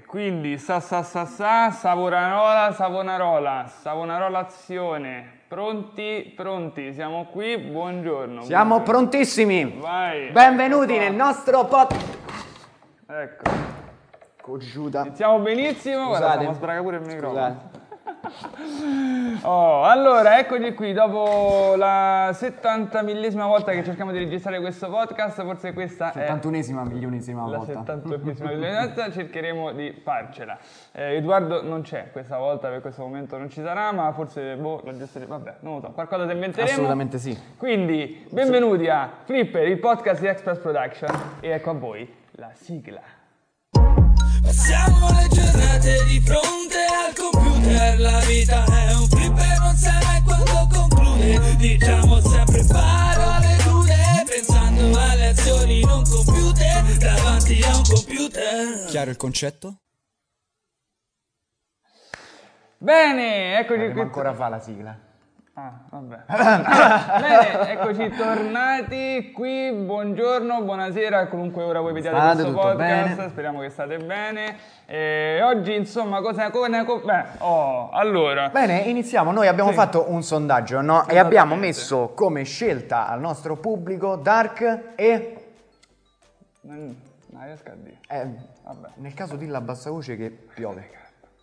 Quindi Savonarolazione. Pronti, siamo qui, buongiorno. Siamo prontissimi. Vai. Benvenuti nel nostro podcast. Ecco. Coggiuta. Iniziamo benissimo, guarda, Scusate. stiamo a sbragare pure il microfono. Scusate. Allora, eccoci qui, dopo la 70.000esima volta che cerchiamo di registrare questo podcast, forse questa è 71esima milionesima la volta. 71esima volta, cercheremo di farcela. Edoardo non c'è questa volta, per questo momento non ci sarà, ma forse, lo gestiremo, vabbè, non lo so, qualcosa ti inventeremo. Assolutamente sì. Quindi, benvenuti a Flipper, il podcast di Express Production, e ecco a voi la sigla. Passiamo le giornate di fronte al computer. La vita è un flipper, non sai mai quando conclude. Diciamo sempre parole crude, pensando alle azioni non compiute davanti a un computer. Chiaro il concetto? Bene, Eccoci Devo qui. ancora fa la sigla. Vabbè. Bene, eccoci tornati qui, buongiorno, buonasera, qualunque ora voi vediate State questo tutto podcast, bene? speriamo che state bene. Oggi insomma allora, Bene, iniziamo. Noi abbiamo fatto un sondaggio, no? E abbiamo messo come scelta al nostro pubblico Dark e... non riesco a dire. Vabbè. Nel caso dillo a bassa voce che piove.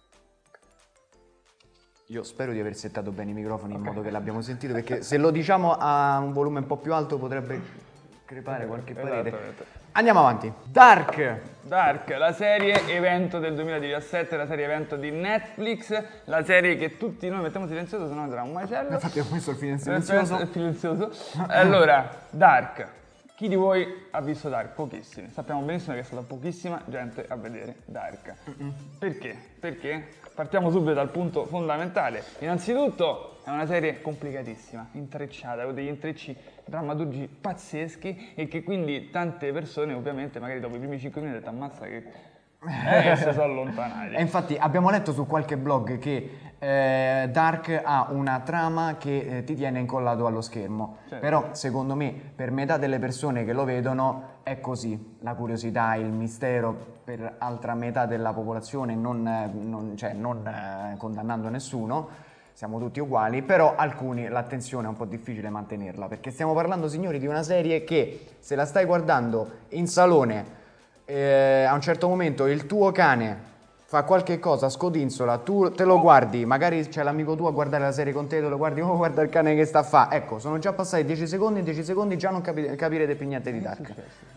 Io spero di aver settato bene i microfoni in modo che l'abbiamo sentito, perché se lo diciamo a un volume un po' più alto potrebbe crepare qualche parete. Esattamente. Andiamo avanti. Dark. La serie evento del 2017, la serie evento di Netflix, la serie che tutti noi mettiamo silenzioso, se no sarà un macello. Infatti ho messo il fine Silenzioso. Allora, Dark. Chi di voi ha visto Dark? Pochissimi. Sappiamo benissimo che è stata pochissima gente a vedere Dark. Perché? Perché? Partiamo subito dal punto fondamentale. Innanzitutto è una serie complicatissima, intrecciata, con degli intrecci drammaturgici pazzeschi e che quindi tante persone ovviamente magari dopo i primi 5 minuti hanno detto ammazza che si sono allontanati. E infatti abbiamo letto su qualche blog che Dark ha una trama che ti tiene incollato allo schermo. Certo. Però secondo me per metà delle persone che lo vedono è così. La curiosità, il mistero, per altra metà della popolazione, non condannando nessuno, siamo tutti uguali, però alcuni l'attenzione è un po' difficile mantenerla, perché stiamo parlando, signori, di una serie che se la stai guardando in salone, a un certo momento il tuo cane fa qualche cosa, scodinzola, tu te lo guardi, magari c'è l'amico tuo a guardare la serie con te, te lo guardi, oh guarda il cane che sta a fa. Ecco, sono già passati 10 secondi già non capirete più niente di Dark.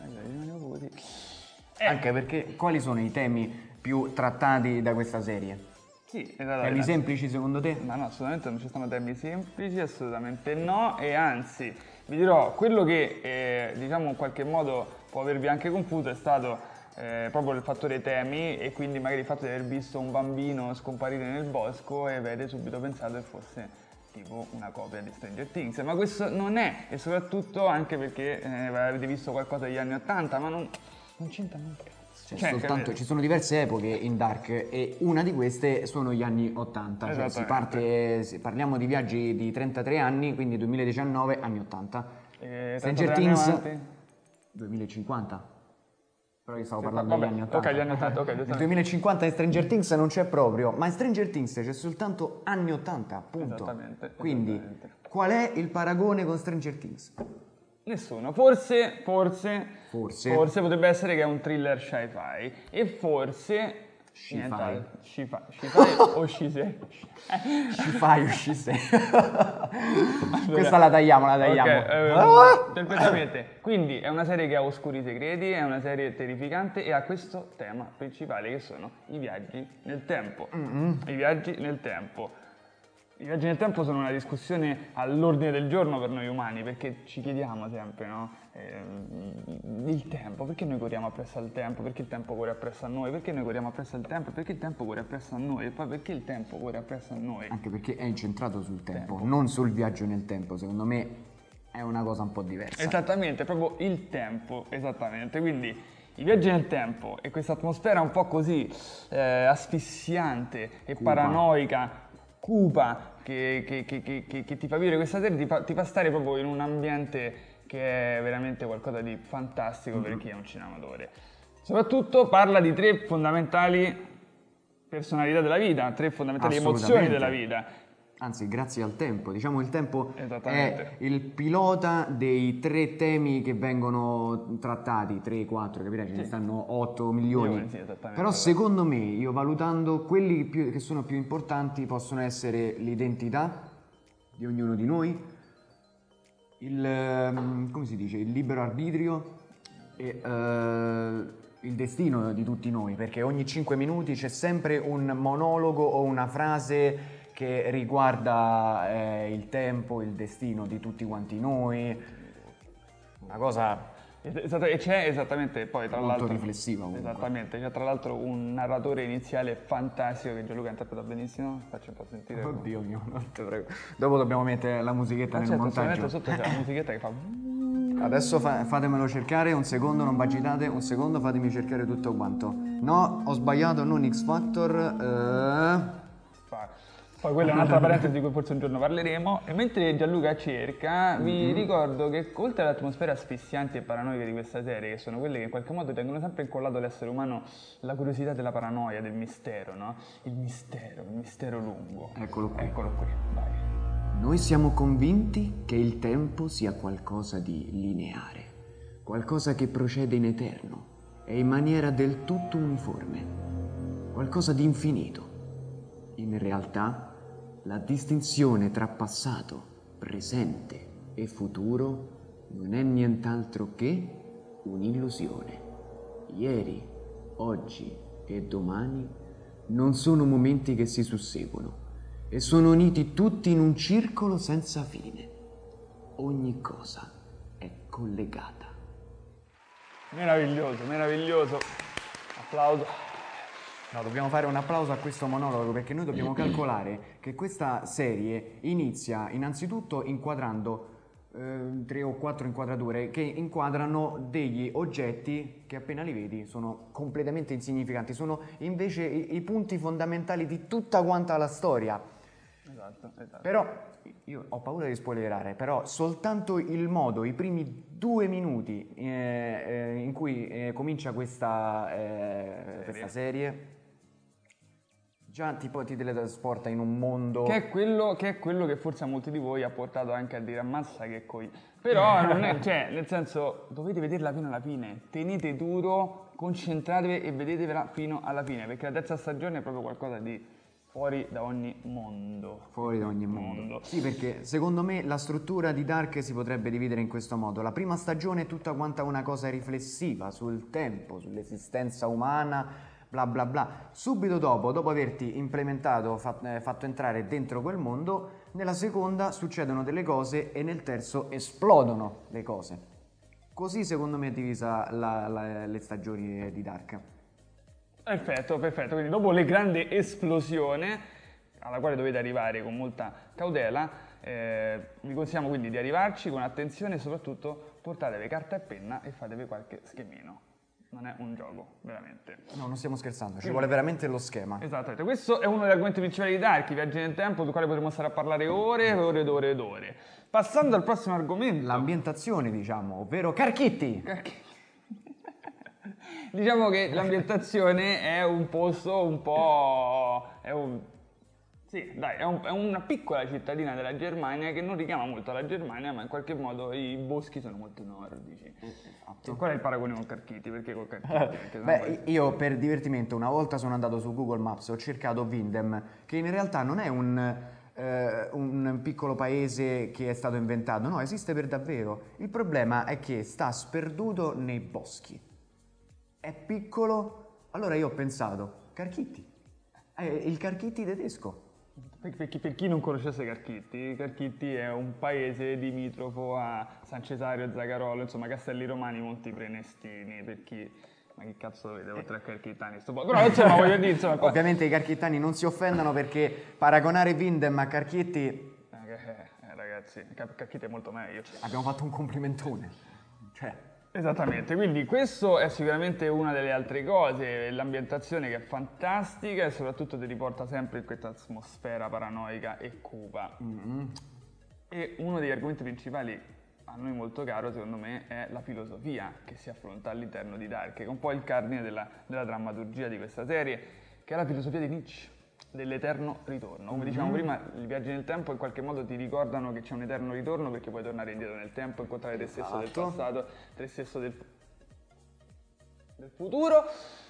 Anche perché quali sono i temi più trattati da questa serie? Sì, Temi semplici secondo te? Ma no, assolutamente non ci sono temi semplici, assolutamente no, e anzi, vi dirò, quello che diciamo in qualche modo può avervi anche confuso è stato proprio il fattore temi, e quindi magari il fatto di aver visto un bambino scomparire nel bosco e avete subito pensato che fosse tipo una copia di Stranger Things, ma questo non è, e soprattutto anche perché avete visto qualcosa degli anni 80, ma non c'entra un cazzo. Ci sono diverse epoche in Dark e una di queste sono gli anni 80, cioè parliamo di viaggi di 33 anni, quindi 2019, anni 80. Stranger Things 2050. Però io stavo parlando degli anni 80. Ok, gli anni 80, ok. Nel 2050 in Stranger Things non c'è proprio, ma in Stranger Things c'è soltanto anni 80, appunto. Esattamente. Quindi, qual è il paragone con Stranger Things? Nessuno, forse potrebbe essere che è un thriller sci-fi o sci-fi. Sci-fi. Questa la tagliamo. Perfettamente. Quindi è una serie che ha oscuri segreti, è una serie terrificante e ha questo tema principale che sono i viaggi nel tempo. I viaggi nel tempo. I viaggi nel tempo sono una discussione all'ordine del giorno per noi umani, perché ci chiediamo sempre, no? Il tempo, perché noi corriamo appresso al tempo? Perché il tempo corre appresso a noi? Perché noi corriamo appresso al tempo? Perché il tempo corre appresso a noi? E poi perché il tempo corre appresso a noi? Anche perché è incentrato sul tempo, non sul viaggio nel tempo, secondo me è una cosa un po' diversa. Esattamente, proprio il tempo, esattamente, quindi i viaggi nel tempo e questa atmosfera un po' così asfissiante e paranoica, cupa, che ti fa vivere questa serie, ti fa stare proprio in un ambiente che è veramente qualcosa di fantastico per chi è un cinematore. Soprattutto parla di tre fondamentali personalità della vita, 3 fondamentali Assolutamente. emozioni della vita. Anzi, grazie al tempo. Diciamo il tempo Esattamente. è il pilota dei 3 temi che vengono trattati, 3, 4, capirai? Ce ne stanno 8 milioni. Sì, esattamente. Però secondo me, io valutando quelli che sono più importanti, possono essere l'identità di ognuno di noi, come si dice, il libero arbitrio e il destino di tutti noi, perché ogni 5 minuti c'è sempre un monologo o una frase che riguarda il tempo, il destino di tutti quanti noi, una cosa E c'è esattamente poi tra molto l'altro riflessiva comunque. esattamente, c'è tra l'altro un narratore iniziale fantastico che Gianluca interpreta benissimo, faccio un po' sentire. Oddio mio, non te prego. Dopo dobbiamo mettere la musichetta nel Certo, montaggio. sotto c'è la musichetta che fa Adesso fatemelo cercare, un secondo, non agitate, un secondo, fatemi cercare tutto quanto. No, ho sbagliato, non X Factor. Poi quella è un'altra parentesi di cui forse un giorno parleremo. E mentre Gianluca cerca, vi ricordo che oltre alle atmosfere asfissianti e paranoiche di questa serie, che sono quelle che in qualche modo tengono sempre incollato all'essere umano la curiosità della paranoia, del mistero, no? Il mistero lungo. Eccolo qui. Eccolo qui, vai. Noi siamo convinti che il tempo sia qualcosa di lineare, qualcosa che procede in eterno e in maniera del tutto uniforme, qualcosa di infinito. In realtà, la distinzione tra passato, presente e futuro non è nient'altro che un'illusione. Ieri, oggi e domani non sono momenti che si susseguono e sono uniti tutti in un circolo senza fine. Ogni cosa è collegata. Meraviglioso, meraviglioso. Applauso. No, dobbiamo fare un applauso a questo monologo perché noi dobbiamo calcolare che questa serie inizia innanzitutto inquadrando 3 o 4 inquadrature che inquadrano degli oggetti che appena li vedi sono completamente insignificanti, sono invece i punti fondamentali di tutta quanta la storia. Esatto. Però io ho paura di spoilerare, però soltanto il modo, i primi 2 minuti in cui comincia questa serie già ti teletrasporta in un mondo Che è quello che forse a molti di voi ha portato anche a dire ammazza che coi. Però non è, cioè, nel senso, dovete vederla fino alla fine. Tenete duro, concentratevi e vedetevela fino alla fine, perché la terza stagione è proprio qualcosa di fuori da ogni mondo. fuori da ogni mondo. Sì, perché secondo me la struttura di Dark si potrebbe dividere in questo modo. La prima stagione è tutta quanta una cosa riflessiva sul tempo, sull'esistenza umana, bla bla bla. Subito dopo averti implementato, fatto entrare dentro quel mondo, nella seconda succedono delle cose e nel terzo esplodono le cose. Così secondo me è divisa le stagioni di Dark. Perfetto. Quindi dopo le grande esplosione, alla quale dovete arrivare con molta cautela, vi consigliamo quindi di arrivarci con attenzione e soprattutto portatevi carta e penna e fatevi qualche schemino. Non è un gioco, veramente. No, non stiamo scherzando, ci vuole veramente lo schema. Esattamente, questo è uno degli argomenti principali di Dark, i viaggi nel tempo, sul quale potremo stare a parlare ore e ore ed ore ed ore. Passando al prossimo argomento. L'ambientazione, diciamo, ovvero Carchitti. Diciamo che l'ambientazione è un posto un po'. Sì, dai, è una piccola cittadina della Germania che non richiama molto la Germania, ma in qualche modo i boschi sono molto nordici. Esatto. Qual è il paragone con Carchiti? Perché con Carchiti? Beh, io per divertimento una volta sono andato su Google Maps e ho cercato Windem, che in realtà non è un piccolo paese che è stato inventato, no, esiste per davvero. Il problema è che sta sperduto nei boschi. È piccolo, allora io ho pensato, Carchitti, è il Carchitti tedesco. Per chi non conoscesse Carchitti è un paese limitrofo a San Cesario, Zagarolo, insomma Castelli Romani, Monti Prenestini, per chi. Ma che cazzo dovete oltre a Carchittani sto po'? Però insomma voglio dire, insomma. Ovviamente i carchittani non si offendono perché paragonare Windem a Carchitti. Ragazzi, Carchitti è molto meglio. Abbiamo fatto un complimentone. Cioè. Esattamente, quindi questo è sicuramente una delle altre cose, l'ambientazione che è fantastica e soprattutto ti riporta sempre in questa atmosfera paranoica e cupa. E uno degli argomenti principali a noi molto caro, secondo me, è la filosofia che si affronta all'interno di Dark, che è un po' il cardine della drammaturgia di questa serie, che è la filosofia di Nietzsche, dell'eterno ritorno. Come dicevamo prima, i viaggi nel tempo in qualche modo ti ricordano che c'è un eterno ritorno, perché puoi tornare indietro nel tempo, incontrare te stesso del passato, te stesso del futuro.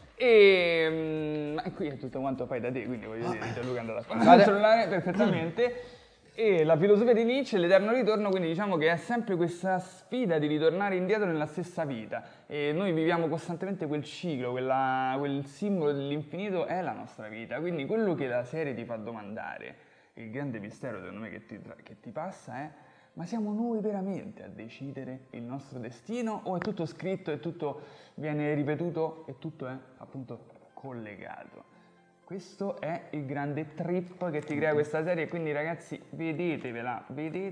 E qui è tutto quanto fai da te, quindi voglio dire, Gianluca è andato a fare il cellulare perfettamente. E la filosofia di Nietzsche, l'eterno ritorno, quindi diciamo che è sempre questa sfida di ritornare indietro nella stessa vita. E noi viviamo costantemente quel ciclo, quel simbolo dell'infinito è la nostra vita. Quindi quello che la serie ti fa domandare, il grande mistero secondo me che ti passa è: ma siamo noi veramente a decidere il nostro destino, o è tutto scritto e tutto viene ripetuto e tutto è appunto collegato? Questo è il grande trip che ti crea questa serie, quindi ragazzi vedetevela,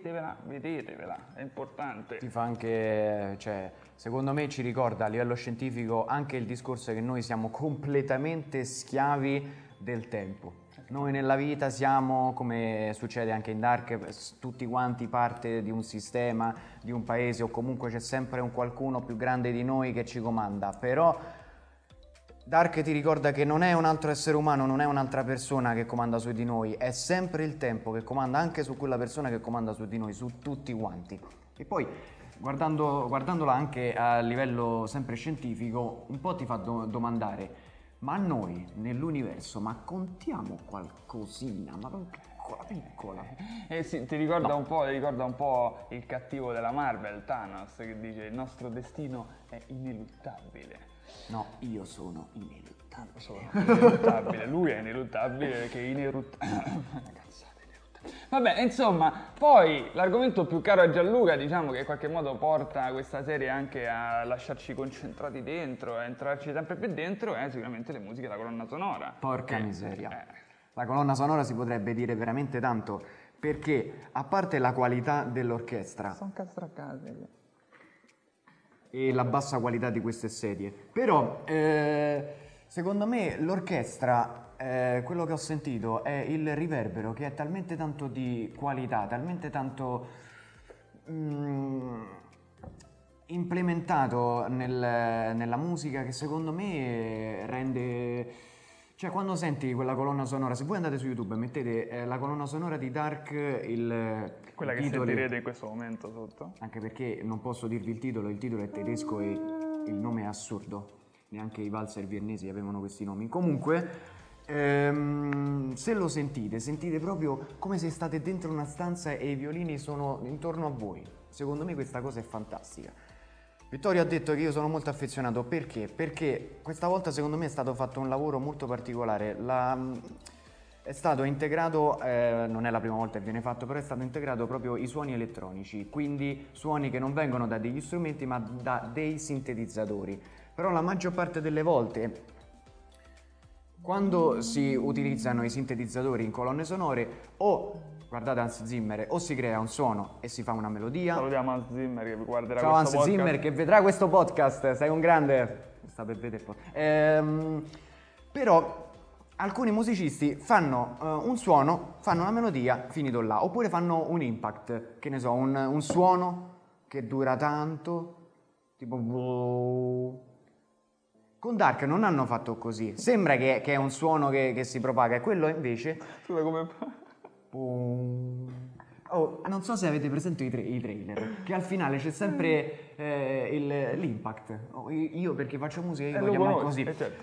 è importante. Ti fa anche, cioè, secondo me ci ricorda a livello scientifico anche il discorso che noi siamo completamente schiavi del tempo. Noi nella vita siamo, come succede anche in Dark, tutti quanti parte di un sistema, di un paese, o comunque c'è sempre un qualcuno più grande di noi che ci comanda, però Dark ti ricorda che non è un altro essere umano, non è un'altra persona che comanda su di noi, è sempre il tempo che comanda anche su quella persona che comanda su di noi, su tutti quanti. E poi, guardandola anche a livello sempre scientifico, un po' ti fa domandare: ma noi nell'universo, ma contiamo qualcosina, ma piccola? Sì, ti ricorda un po' il cattivo della Marvel, Thanos, che dice: il nostro destino è ineluttabile. No, io sono ineluttabile. Sono ineluttabile, lui è ineluttabile perché è ineluttabile. Vabbè, insomma, poi l'argomento più caro a Gianluca, diciamo che in qualche modo porta questa serie anche a lasciarci concentrati dentro, a entrarci sempre più dentro, è sicuramente le musiche, la colonna sonora. Porca miseria. La colonna sonora si potrebbe dire veramente tanto, perché a parte la qualità dell'orchestra sono castracate e la bassa qualità di queste sedie, però secondo me l'orchestra, quello che ho sentito è il riverbero, che è talmente tanto di qualità, talmente tanto implementato nella musica, che secondo me rende... Cioè, quando senti quella colonna sonora, se voi andate su YouTube e mettete la colonna sonora di Dark, quella che sentirete in questo momento sotto. Anche perché non posso dirvi il titolo è tedesco e il nome è assurdo. Neanche i valzer viennesi avevano questi nomi. Comunque, se lo sentite proprio come se state dentro una stanza e i violini sono intorno a voi. Secondo me questa cosa è fantastica. Vittorio ha detto che io sono molto affezionato, perché? Perché questa volta secondo me è stato fatto un lavoro molto particolare, è stato integrato, non è la prima volta che viene fatto, però è stato integrato proprio i suoni elettronici, quindi suoni che non vengono da degli strumenti ma da dei sintetizzatori. Però la maggior parte delle volte, quando si utilizzano i sintetizzatori in colonne sonore, o guardate Hans Zimmer, o si crea un suono e si fa una melodia. Salutiamo Hans Zimmer che guarderà Ciao questo Hans podcast. Zimmer che vedrà questo podcast, sei un grande. Sta per vedere poi. Però alcuni musicisti fanno un suono, fanno una melodia, finito là, oppure fanno un impact, che ne so, un suono che dura tanto, tipo Con Dark non hanno fatto così, sembra che è un suono che si propaga, e quello invece... Scusa, come... Oh, non so se avete presente i trailer, che al finale c'è sempre l'impact. Io perché faccio musica, io lo chiamo così. Certo.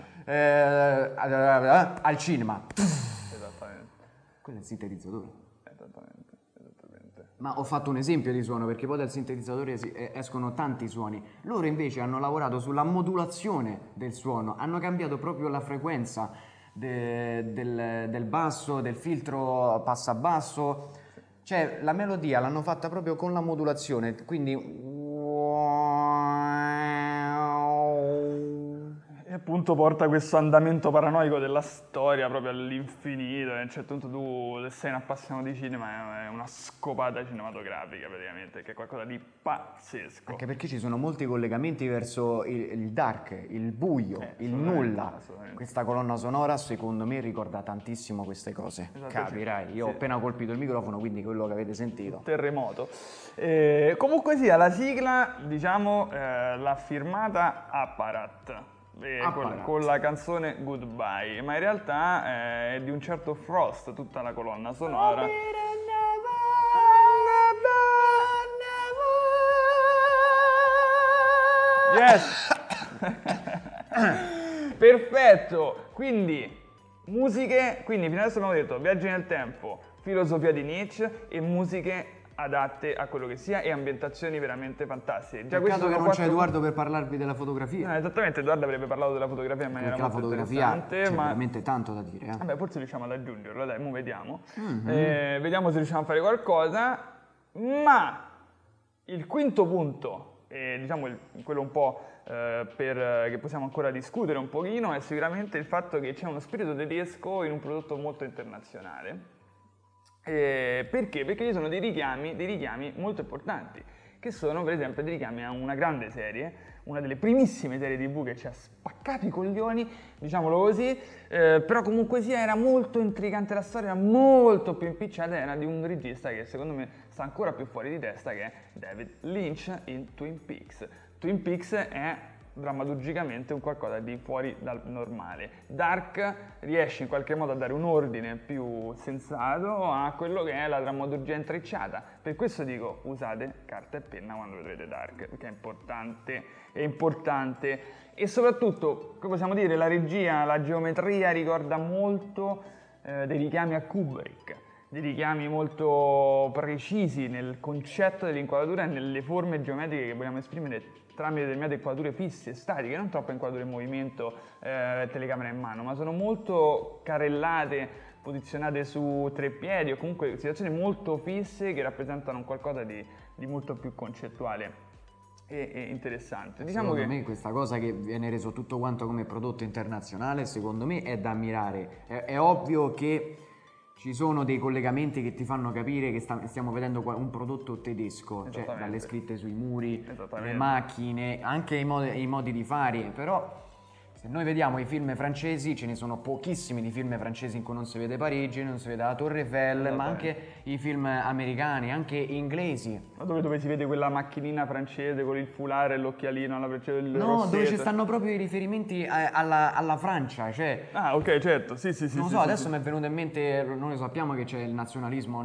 Al cinema. Esattamente. Quello è il sintetizzatore. Esattamente. Ma ho fatto un esempio di suono, perché poi dal sintetizzatore escono tanti suoni. Loro invece hanno lavorato sulla modulazione del suono, hanno cambiato proprio la frequenza del basso, del filtro passabasso. Cioè la melodia l'hanno fatta proprio con la modulazione, quindi... E appunto porta questo andamento paranoico della storia proprio all'infinito, e a un certo punto tu, se sei un appassionato di cinema, è una scopata cinematografica praticamente, che è qualcosa di pazzesco. Anche perché ci sono molti collegamenti verso il dark, il buio, il nulla. Assolutamente. Questa colonna sonora secondo me ricorda tantissimo queste cose. Esatto, Capirai, io ho appena colpito il microfono, quindi quello che avete sentito. Terremoto. Comunque sia, la sigla, diciamo, l'ha firmata Apparat. Con la canzone Goodbye, ma in realtà è di un certo Frost tutta la colonna sonora. Yes! Perfetto! Quindi musiche, quindi fino adesso abbiamo detto viaggi nel tempo, filosofia di Nietzsche e musiche adatte a quello che sia e ambientazioni veramente fantastiche. Già Peccato che non quattro... c'è Edoardo per parlarvi della fotografia. No, esattamente, Edoardo avrebbe parlato della fotografia in maniera Perché la molto fotografia interessante, c'è ma veramente tanto da dire. vabbè, forse riusciamo ad aggiungerlo, dai, mo vediamo. Vediamo se riusciamo a fare qualcosa, ma il quinto punto, diciamo quello un po' che possiamo ancora discutere un pochino, è sicuramente il fatto che c'è uno spirito tedesco in un prodotto molto internazionale. Perché? Perché ci sono dei richiami molto importanti, che sono per esempio dei richiami a una grande serie, una delle primissime serie TV che ci ha spaccato i coglioni, diciamolo così, però comunque sia era molto intrigante la storia, era molto più impicciata, era di un regista che secondo me sta ancora più fuori di testa, che è David Lynch in Twin Peaks. Twin Peaks è drammaturgicamente un qualcosa di fuori dal normale. Dark riesce in qualche modo a dare un ordine più sensato a quello che è la drammaturgia intrecciata. Per questo dico, usate carta e penna quando vedrete Dark, perché è importante. E soprattutto, come possiamo dire, la regia, la geometria ricorda molto dei richiami a Kubrick, dei richiami molto precisi nel concetto dell'inquadratura e nelle forme geometriche che vogliamo esprimere tramite determinate inquadrature fisse, statiche, non troppe inquadrature in movimento, telecamera in mano, ma sono molto carrellate, posizionate su tre piedi o comunque situazioni molto fisse che rappresentano un qualcosa di molto più concettuale e interessante. Diciamo secondo che me questa cosa che viene reso tutto quanto come prodotto internazionale, secondo me è da ammirare. È ovvio che ci sono dei collegamenti che ti fanno capire che stiamo vedendo un prodotto tedesco, cioè dalle scritte sui muri, le macchine, anche i modi di fare, però se noi vediamo i film francesi, ce ne sono pochissimi di film francesi in cui non si vede Parigi, non si vede la Torre Eiffel, ma anche i film americani, anche inglesi. Ma dove si vede quella macchinina francese con il foulard e l'occhialino alla il No, rossetto. dove ci stanno proprio i riferimenti alla Francia, cioè... Ah, ok, certo, sì. Non so, adesso mi è venuto in mente, noi sappiamo che c'è il nazionalismo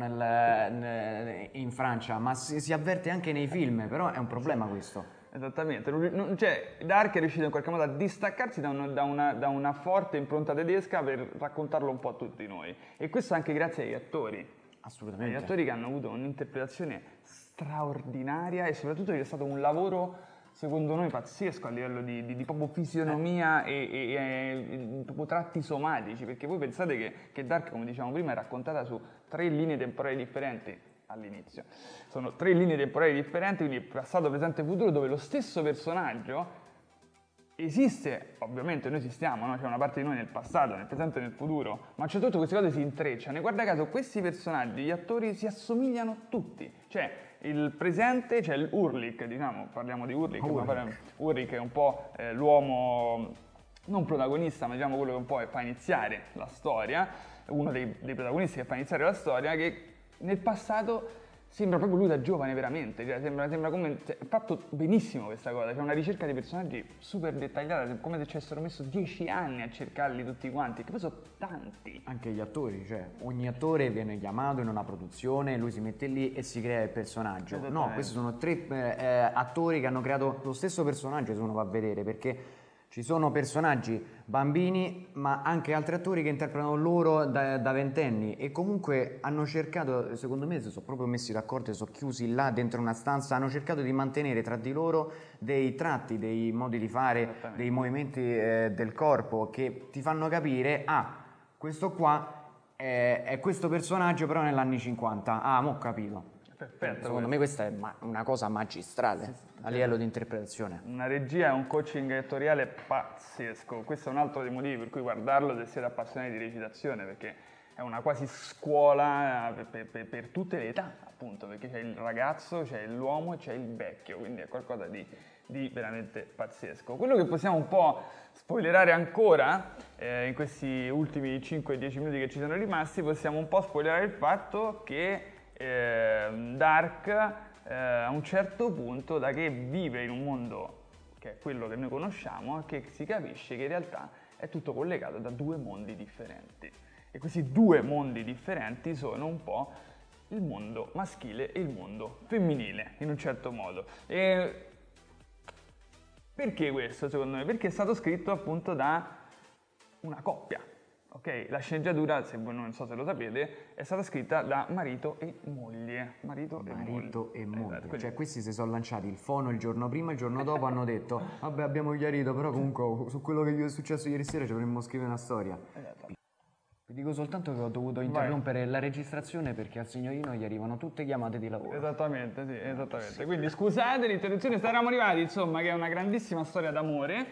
in Francia, ma si avverte anche nei film, però è un problema questo. Esattamente, cioè Dark è riuscito in qualche modo a distaccarsi da una forte impronta tedesca per raccontarlo un po' a tutti noi, e questo anche grazie agli attori. Assolutamente. Gli attori che hanno avuto un'interpretazione straordinaria e soprattutto c'è stato un lavoro secondo noi pazzesco a livello di proprio fisionomia e proprio tratti somatici, perché voi pensate che Dark, come dicevamo prima, è raccontata su 3 linee temporali differenti all'inizio. Sono 3 linee temporali differenti, quindi passato, presente e futuro, dove lo stesso personaggio esiste, ovviamente noi esistiamo, no? C'è una parte di noi nel passato, nel presente e nel futuro, ma c'è tutto queste cose si intrecciano e guarda caso questi personaggi, gli attori si assomigliano tutti, cioè il presente, c'è l'Urlik, diciamo, parliamo di Urlik, Urlik è un po' l'uomo non protagonista, ma diciamo quello che un po' fa iniziare la storia, uno dei protagonisti che fa iniziare la storia, che nel passato sembra proprio lui da giovane veramente, cioè sembra come, è fatto benissimo questa cosa, c'è una ricerca di personaggi super dettagliata, come se ci avessero messo 10 anni a cercarli tutti quanti, che poi sono tanti. Anche gli attori, cioè ogni attore viene chiamato in una produzione, lui si mette lì e si crea il personaggio. No, questi sono 3 attori che hanno creato lo stesso personaggio, se uno va a vedere, perché ci sono personaggi bambini, ma anche altri attori che interpretano loro da ventenni e comunque hanno cercato, secondo me, si sono proprio messi d'accordo, si sono chiusi là dentro una stanza, hanno cercato di mantenere tra di loro dei tratti, dei modi di fare, dei movimenti del corpo che ti fanno capire, questo qua è questo personaggio però negli anni 50, mo' ho capito. Perfetto. Secondo me questa è una cosa magistrale a livello di interpretazione. Una regia e un coaching attoriale pazzesco. Questo è un altro dei motivi per cui guardarlo se siete appassionati di recitazione, perché è una quasi scuola per tutte le età, appunto, perché c'è il ragazzo, c'è l'uomo e c'è il vecchio, quindi è qualcosa di veramente pazzesco. Quello che possiamo un po' spoilerare ancora, in questi ultimi 5-10 minuti che ci sono rimasti, possiamo un po' spoilerare il fatto che Dark a un certo punto, da che vive in un mondo che è quello che noi conosciamo, che si capisce che in realtà è tutto collegato da due mondi differenti. E questi due mondi differenti sono un po' il mondo maschile e il mondo femminile, in un certo modo. E perché questo, secondo me? Perché è stato scritto appunto da una coppia. Ok, la sceneggiatura, se voi non so se lo sapete, è stata scritta da marito e moglie. Marito e moglie. Esatto, cioè questi si sono lanciati il fono il giorno prima, il giorno dopo hanno detto vabbè abbiamo chiarito, però comunque su quello che gli è successo ieri sera ci dovremmo scrivere una storia. Esatto. Vi dico soltanto che ho dovuto interrompere la registrazione perché al signorino gli arrivano tutte chiamate di lavoro. Esattamente, sì, esattamente. Quindi scusate l'interruzione, eravamo arrivati, insomma, che è una grandissima storia d'amore,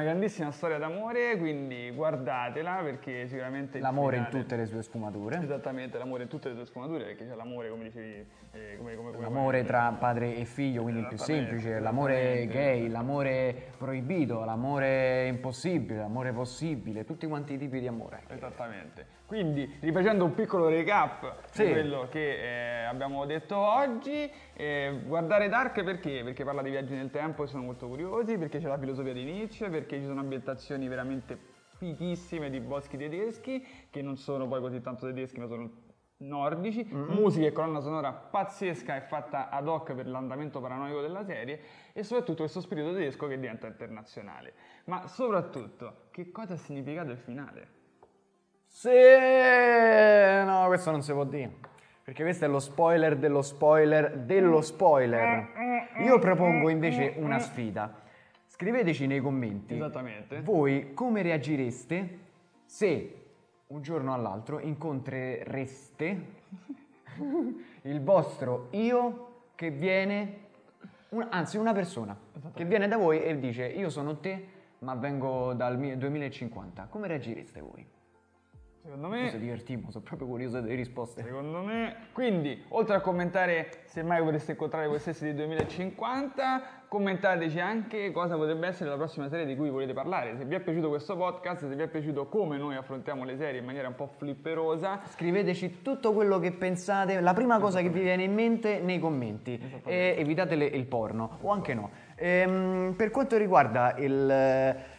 quindi guardatela perché sicuramente... L'amore in tutte le sue sfumature. Esattamente, l'amore in tutte le sue sfumature, perché c'è l'amore, come dicevi... l'amore tra padre e figlio, quindi il più semplice, l'amore gay, l'amore proibito, l'amore impossibile, l'amore possibile, tutti quanti i tipi di amore. Esattamente. Quindi, rifacendo un piccolo recap di quello che abbiamo detto oggi, guardare Dark perché? Perché parla di viaggi nel tempo e sono molto curiosi, perché c'è la filosofia di Nietzsche, perché ci sono ambientazioni veramente fighissime di boschi tedeschi, che non sono poi così tanto tedeschi, ma sono nordici, musica e colonna sonora pazzesca e fatta ad hoc per l'andamento paranoico della serie, e soprattutto questo spirito tedesco che diventa internazionale. Ma soprattutto, che cosa ha significato il finale? Sì, no, questo non si può dire, perché questo è lo spoiler dello spoiler dello spoiler. Io propongo invece una sfida. Scriveteci nei commenti. Esattamente. Voi come reagireste se un giorno all'altro incontrereste il vostro io che viene, una persona che viene da voi e dice io sono te ma vengo dal 2050. Come reagireste voi? Secondo me... Ci divertimo, sono proprio curioso delle risposte. Secondo me... Quindi, oltre a commentare se mai vorreste incontrare voi stessi del 2050, commentateci anche cosa potrebbe essere la prossima serie di cui volete parlare. Se vi è piaciuto questo podcast, se vi è piaciuto come noi affrontiamo le serie in maniera un po' flipperosa, scriveteci tutto quello che pensate, la prima cosa che vi viene in mente nei commenti, e evitate il porno, o anche no. Per quanto riguarda il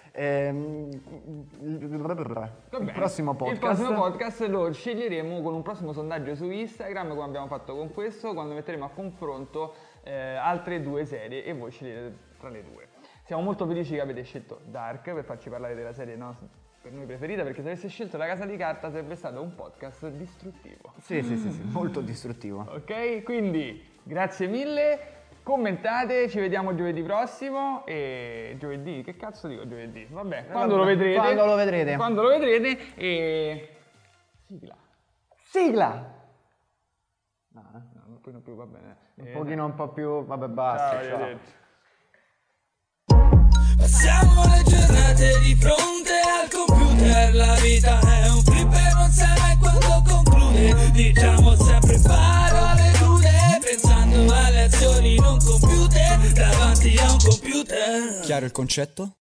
prossimo podcast lo sceglieremo con un prossimo sondaggio su Instagram, come abbiamo fatto con questo, quando metteremo a confronto altre due serie e voi scegliete tra le due. Siamo molto felici che avete scelto Dark per farci parlare della serie per noi preferita, perché se avesse scelto La Casa di Carta sarebbe stato un podcast distruttivo. Sì, molto distruttivo. Ok, quindi grazie mille. Commentate, ci vediamo giovedì prossimo e giovedì, che cazzo dico giovedì? Vabbè, quando lo vedrete. Quando lo vedrete e... Sigla! No, poi non più, va bene. Un pochino, un po' più, vabbè basta, ciao. Passiamo le giornate di fronte al computer, la vita è un flip e non sai mai quando conclude. Diciamo sempre parole crude, pensando alle azioni non compiute davanti a un computer. Chiaro il concetto?